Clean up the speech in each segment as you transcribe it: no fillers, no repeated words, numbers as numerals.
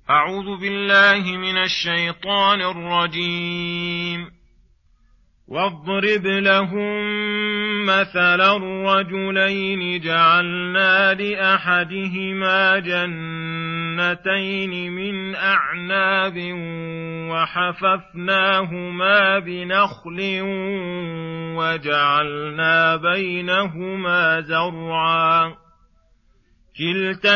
أعوذ بالله من الشيطان الرجيم. واضرب لهم مثلا الرجلين جعلنا لأحدهما جنتين من أعناب وحففناهما بنخل وجعلنا بينهما زرعا كلتا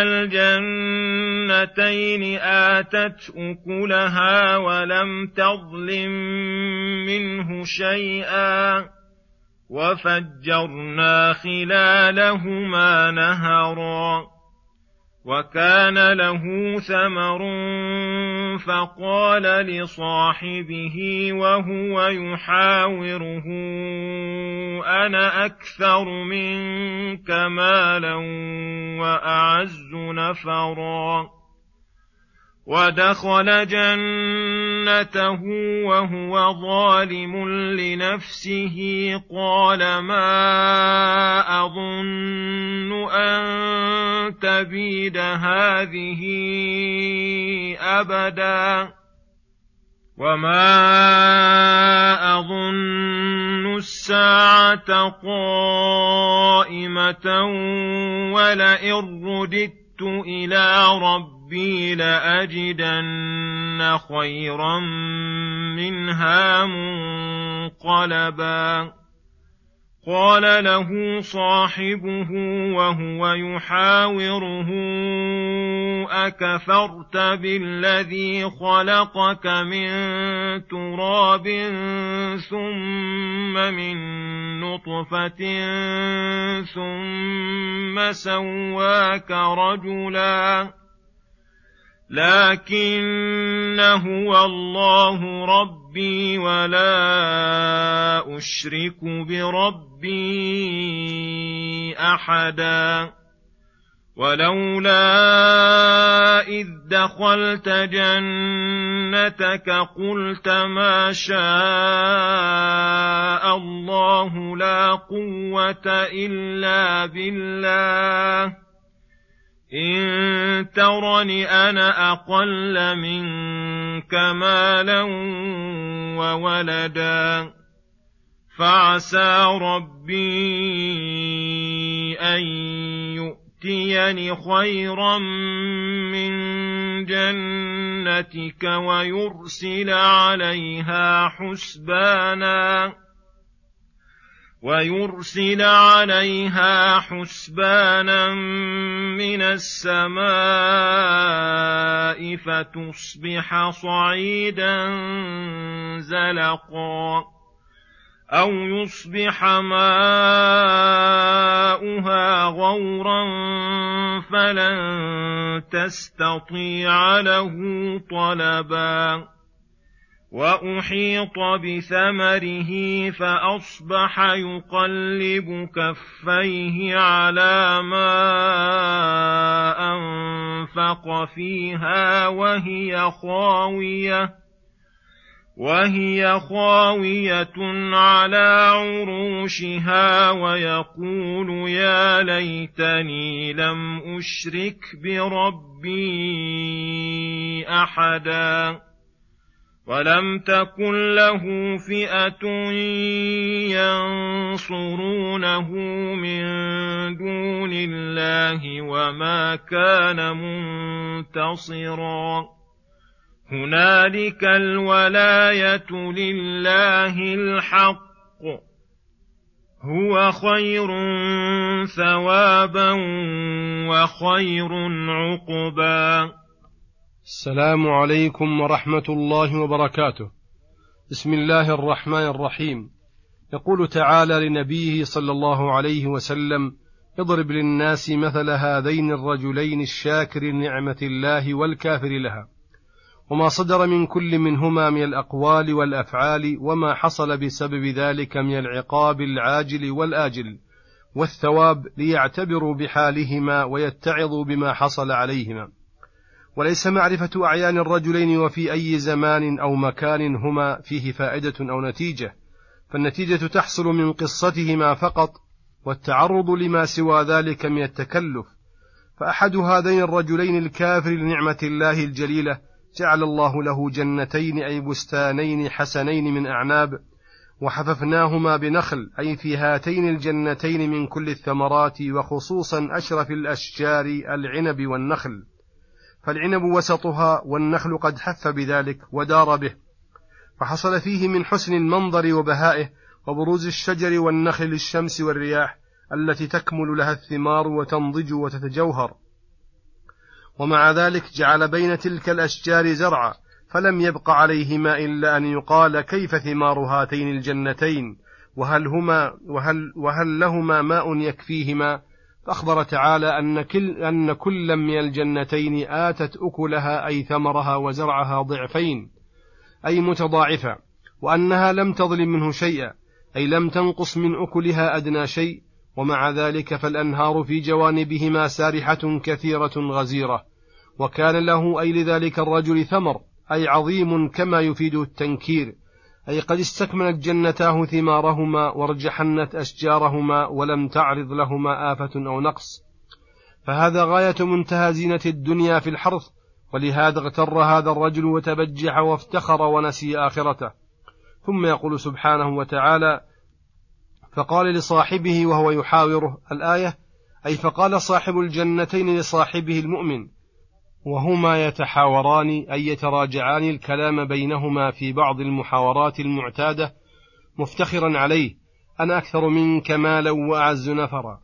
الجنتين آتت أكلها ولم تظلم منه شيئا وفجرنا خلالهما نهرا وكان له ثمر فقال لصاحبه وهو يحاوره أنا أكثر منك مالا وأعز نفرا ودخل جنته وهو ظالم لنفسه قال ما أظن أن تبيد هذه أبدا وما أظن الساعة قائمة ولئن رددت إلى ربي لأجدن خيرا منها منقلبا قال له صاحبه وهو يحاوره أكفرت بالذي خلقك من تراب ثم من نطفة ثم سواك رجلا لكن هو الله ربي ولا أشرك بربي أحدا ولولا إذ دخلت جنتك قلت ما شاء الله لا قوة إلا بالله إن ترني أنا أقل منك مالا وولدا فعسى ربي أن يؤتيني خيرا من جنتك ويرسل عليها حسبانا من السماء فتصبح صعيدا زلقا أو يصبح ماؤها غورا فلن تستطيع له طلبا وأحيط بثمره فأصبح يقلب كفيه على ما أنفق فيها وهي خاوية على عروشها ويقول يا ليتني لم أشرك بربي أحدا ولم تكن له فئة ينصرونه من دون الله وما كان منتصرا هنالك الولاية لله الحق هو خير ثوابا وخير عقبا. السلام عليكم ورحمة الله وبركاته. بسم الله الرحمن الرحيم. يقول تعالى لنبيه صلى الله عليه وسلم اضرب للناس مثل هذين الرجلين الشاكر نعمة الله والكافر لها وما صدر من كل منهما من الأقوال والأفعال وما حصل بسبب ذلك من العقاب العاجل والآجل والثواب ليعتبروا بحالهما ويتعظوا بما حصل عليهما. وليس معرفة أعيان الرجلين وفي أي زمان أو مكان هما فيه فائدة أو نتيجة، فالنتيجة تحصل من قصتهما فقط، والتعرض لما سوى ذلك من التكلف، فأحد هذين الرجلين الكافر لنعمة الله الجليلة جعل الله له جنتين أي بستانين حسنين من أعناب، وحففناهما بنخل، أي في هاتين الجنتين من كل الثمرات، وخصوصا أشرف الأشجار العنب والنخل، فالعنب وسطها والنخل قد حف بذلك ودار به، فحصل فيه من حسن المنظر وبهائه وبروز الشجر والنخل للشمس والرياح التي تكمل لها الثمار وتنضج وتتجوهر. ومع ذلك جعل بين تلك الأشجار زرعا، فلم يبق عليهما إلا أن يقال كيف ثمار هاتين الجنتين، وهل لهما ماء يكفيهما. فأخبر تعالى أن كل من الجنتين آتت أكلها أي ثمرها وزرعها ضعفين أي متضاعفة، وأنها لم تظلم منه شيئا أي لم تنقص من أكلها أدنى شيء. ومع ذلك فالأنهار في جوانبهما سارحة كثيرة غزيرة، وكان له أي لذلك الرجل ثمر أي عظيم كما يفيد التنكير، أي قد استكملت جنتاه ثمارهما وارجحنت أشجارهما ولم تعرض لهما آفة أو نقص، فهذا غاية منتهى زينة الدنيا في الحرث. ولهذا اغتر هذا الرجل وتبجح وافتخر ونسي آخرته. ثم يقول سبحانه وتعالى: فقال لصاحبه وهو يحاوره، الآية، أي فقال صاحب الجنتين لصاحبه المؤمن وهما يتحاوران أي يتراجعان الكلام بينهما في بعض المحاورات المعتادة، مفتخرا عليه: أنا أكثر منك مالا وأعز نفرا.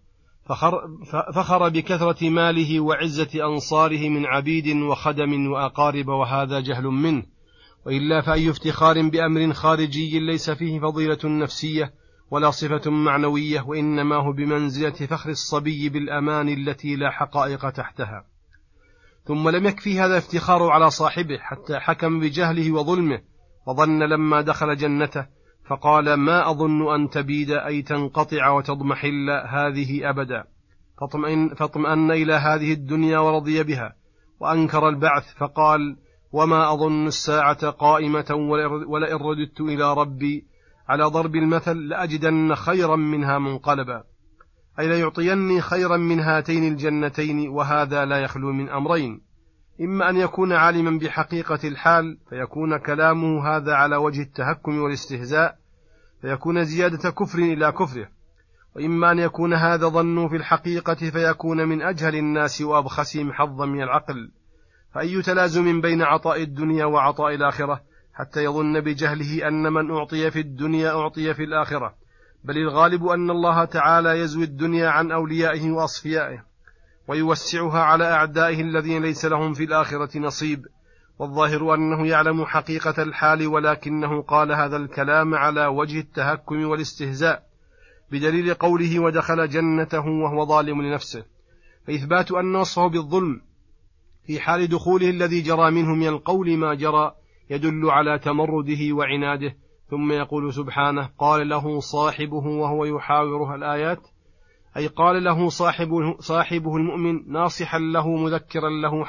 فخر بكثرة ماله وعزة أنصاره من عبيد وخدم وأقارب، وهذا جهل منه، وإلا فأي افتخار بأمر خارجي ليس فيه فضيلة نفسية ولا صفة معنوية، وإنما هو بمنزلة فخر الصبي بالأمان التي لا حقائق تحتها. ثم لم يكفي هذا افتخار على صاحبه حتى حكم بجهله وظلمه، وظن لما دخل جنته فقال: ما أظن أن تبيد أي تنقطع وتضمحل هذه أبدا، فاطمأن إلى هذه الدنيا ورضي بها، وأنكر البعث فقال: وما أظن الساعة قائمة ولئن رددت إلى ربي على ضرب المثل لأجدن خيرا منها منقلبا، أي ليعطيني خيرا من هاتين الجنتين. وهذا لا يخلو من أمرين: إما أن يكون عالما بحقيقة الحال فيكون كلامه هذا على وجه التهكم والاستهزاء فيكون زيادة كفر إلى كفره، وإما أن يكون هذا ظنه في الحقيقة فيكون من أجهل الناس وأبخسهم حظا من العقل. فأي تلازم بين عطاء الدنيا وعطاء الآخرة حتى يظن بجهله أن من أعطي في الدنيا أعطي في الآخرة، بل الغالب أن الله تعالى يزوي الدنيا عن أوليائه وأصفيائه ويوسعها على أعدائه الذين ليس لهم في الآخرة نصيب. والظاهر أنه يعلم حقيقة الحال، ولكنه قال هذا الكلام على وجه التهكم والاستهزاء، بدليل قوله: ودخل جنته وهو ظالم لنفسه. فإثبات أن وصفه بالظلم في حال دخوله الذي جرى منه من القول ما جرى يدل على تمرده وعناده. ثم يقول سبحانه: قال له صاحبه وهو يحاوره، الآيات، أي قال له صاحبه المؤمن ناصحا له مذكرا له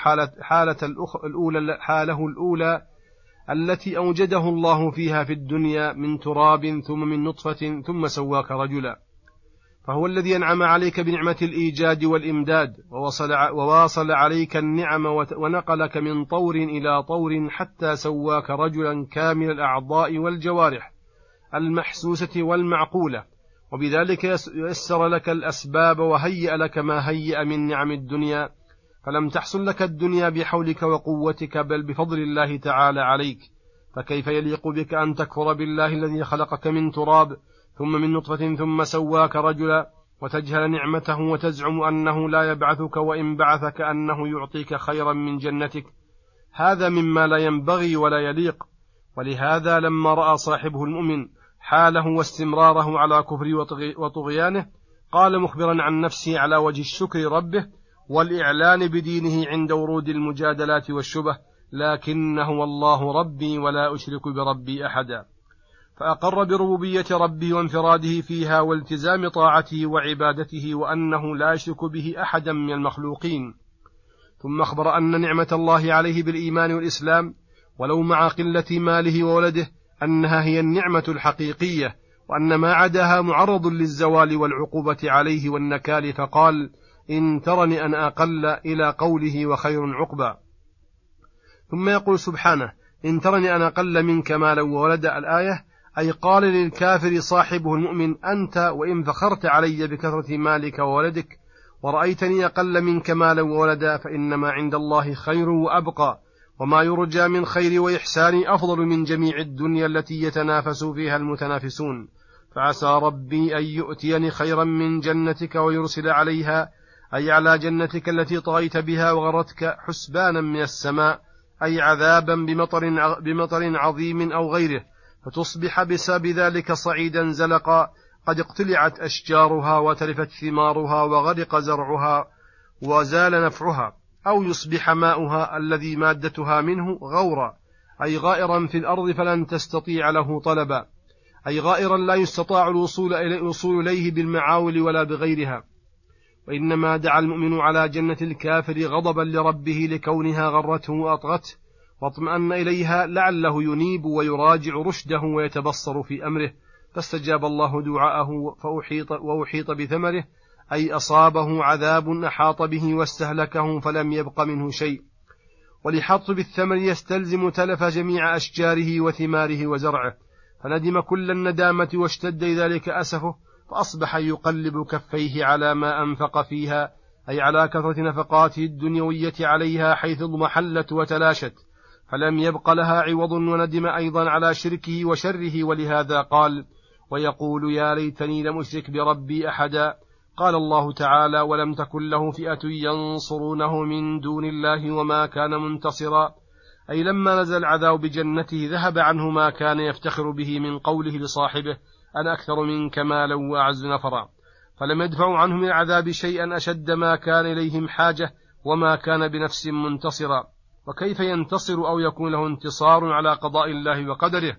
حاله الأولى التي أوجده الله فيها في الدنيا من تراب ثم من نطفة ثم سواك رجلا، فهو الذي أنعم عليك بنعمة الإيجاد والإمداد وواصل عليك النعم ونقلك من طور إلى طور حتى سواك رجلا كامل الأعضاء والجوارح المحسوسة والمعقولة، وبذلك يسر لك الأسباب وهيأ لك ما هيأ من نعم الدنيا. فلم تحصل لك الدنيا بحولك وقوتك بل بفضل الله تعالى عليك، فكيف يليق بك أن تكفر بالله الذي خلقك من تراب ثم من نطفة ثم سواك رجلا وتجهل نعمته وتزعم أنه لا يبعثك، وإن بعثك أنه يعطيك خيرا من جنتك؟ هذا مما لا ينبغي ولا يليق. ولهذا لما رأى صاحبه المؤمن حاله واستمراره على كفر وطغيانه قال مخبرا عن نفسه على وجه الشكر ربه والإعلان بدينه عند ورود المجادلات والشبه: لكنه والله ربي ولا أشرك بربي أحدا. فأقر بربوبية ربه وانفراده فيها والتزام طاعته وعبادته، وأنه لا يشرك به أحدا من المخلوقين. ثم أخبر أن نعمة الله عليه بالإيمان والإسلام ولو مع قلة ماله وولده أنها هي النعمة الحقيقية، وأن ما عداها معرض للزوال والعقوبة عليه والنكال، فقال: إن ترني أنا أقل إلى قوله وخير عقبى. ثم يقول سبحانه إن ترني أنا أقل منك مالا وولد الآية، أي قال للكافر صاحبه المؤمن أنت وإن فخرت علي بكثرة مالك وولدك ورأيتني أقل منك مالا وولدا فإنما عند الله خير وأبقى، وما يرجى من خير وإحسان أفضل من جميع الدنيا التي يتنافس فيها المتنافسون، فعسى ربي أن يؤتيني خيرا من جنتك ويرسل عليها، أي على جنتك التي طغيت بها وغرتك، حسبانا من السماء، أي عذابا بمطر عظيم أو غيره، فتصبح بسبب ذلك صعيدا زلقا قد اقتلعت أشجارها وتلفت ثمارها وغرق زرعها وزال نفعها، أو يصبح ماؤها الذي مادتها منه غورا، أي غائرا في الأرض فلن تستطيع له طلبا، أي غائرا لا يستطاع الوصول إليه بالمعاول ولا بغيرها. وإنما دعا المؤمن على جنة الكافر غضبا لربه لكونها غرته وأطغته، واطمأن إليها لعله ينيب ويراجع رشده ويتبصر في أمره، فاستجاب الله دعاءه وأحيط بثمره، أي أصابه عذاب أحاط به واستهلكه فلم يبق منه شيء. ولحط بالثمر يستلزم تلف جميع أشجاره وثماره وزرعه، فندم كل الندامة واشتد ذلك أسفه، فأصبح يقلب كفيه على ما أنفق فيها، أي على كثرة نفقاته الدنيوية عليها حيث اضمحلت وتلاشت، فلم يبق لها عوض، وندم أيضا على شركه وشره، ولهذا قال ويقول يا ليتني لم أشرك بربي أحدا. قال الله تعالى ولم تكن له فئة ينصرونه من دون الله وما كان منتصرا، أي لما نزل العذاب بجنته ذهب عنه ما كان يفتخر به من قوله لصاحبه أنا أكثر منك مالا وأعز نفرا، فلم يدفع عنه من العذاب شيئا أشد ما كان إليهم حاجة، وما كان بنفس منتصرا. وكيف ينتصر أو يكون له انتصار على قضاء الله وقدره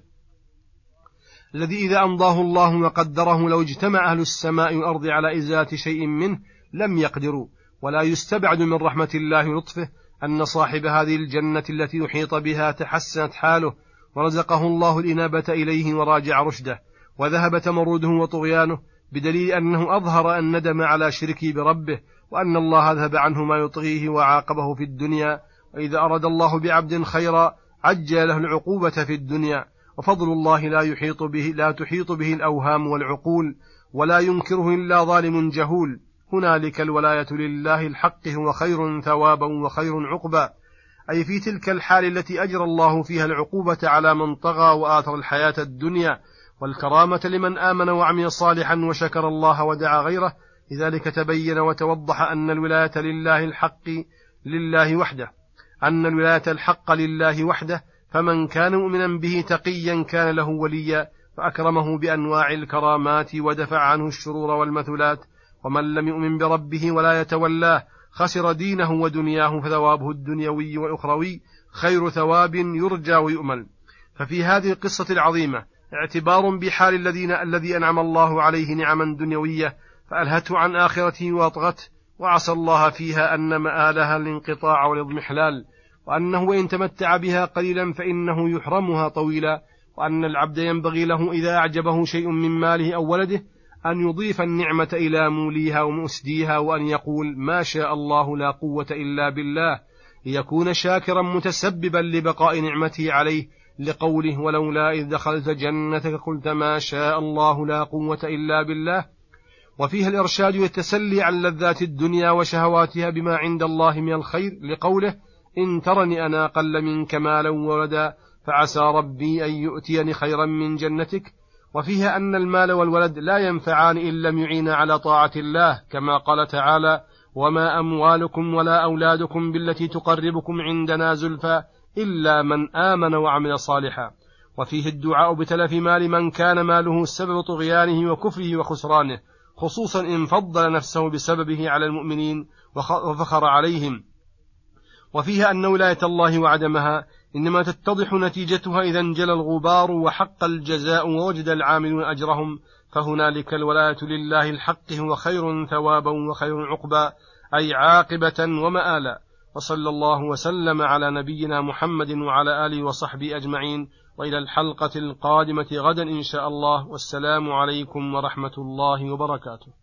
الذي إذا أمضاه الله وقدره لو اجتمع أهل السماء والأرض على إزالة شيء منه لم يقدروا. ولا يستبعد من رحمة الله ولطفه أن صاحب هذه الجنة التي يحيط بها تحسنت حاله ورزقه الله الإنابة إليه وراجع رشده وذهب تمرده وطغيانه، بدليل أنه أظهر الندم على شركه بربه، وأن الله ذهب عنه ما يطغيه وعاقبه في الدنيا. وإذا أراد الله بعبد خيرا عجل له العقوبة في الدنيا، وفضل الله لا تحيط به الأوهام والعقول، ولا ينكره إلا ظالم جهول. هنالك الولاية لله الحق هو خير ثوابا وخير عقبا، أي في تلك الحال التي أجرى الله فيها العقوبة على من طغى وآثر الحياة الدنيا، والكرامة لمن آمن وعمل صالحا وشكر الله ودعا غيره. لذلك تبين وتوضح أن الولاية الحق لله وحده، فمن كان مؤمنا به تقيا كان له وليا، فأكرمه بأنواع الكرامات ودفع عنه الشرور والمثلات. ومن لم يؤمن بربه ولا يتولاه خسر دينه ودنياه، فثوابه الدنيوي والأخروي خير ثواب يرجى ويؤمل. ففي هذه القصة العظيمة اعتبار بحال الذي أنعم الله عليه نعما دنيوية فألهته عن آخرته وأطغته، وعسى الله فيها أن مآلها الانقطاع والاضمحلال، وأنه وإن تمتع بها قليلا فإنه يحرمها طويلا، وأن العبد ينبغي له إذا أعجبه شيء من ماله أو ولده أن يضيف النعمة إلى موليها ومؤسديها، وأن يقول ما شاء الله لا قوة إلا بالله، ليكون شاكرا متسببا لبقاء نعمته عليه، لقوله ولولا إذ دخلت جنتك قلت ما شاء الله لا قوة إلا بالله. وفيها الإرشاد والتسلي عن لذات الدنيا وشهواتها بما عند الله من الخير، لقوله إن ترني أنا أقل منك مالا وولدا فعسى ربي أن يؤتيني خيرا من جنتك. وفيها أن المال والولد لا ينفعان إن لم يعينا على طاعة الله، كما قال تعالى وما أموالكم ولا أولادكم بالتي تقربكم عندنا زلفى إلا من آمن وعمل صالحا. وفيه الدعاء بتلف مال من كان ماله سبب طغيانه وكفره وخسرانه، خصوصا إن فضل نفسه بسببه على المؤمنين وفخر عليهم. وفيها أن ولاية الله وعدمها إنما تتضح نتيجتها إذا انجلى الغبار وحق الجزاء ووجد العاملون أجرهم، فهنالك الولاية لله الحق هو خير ثوابا وخير عقبا، أي عاقبة ومآلا. وصلى الله وسلم على نبينا محمد وعلى آله وصحبه أجمعين، وإلى الحلقة القادمة غدا إن شاء الله، والسلام عليكم ورحمة الله وبركاته.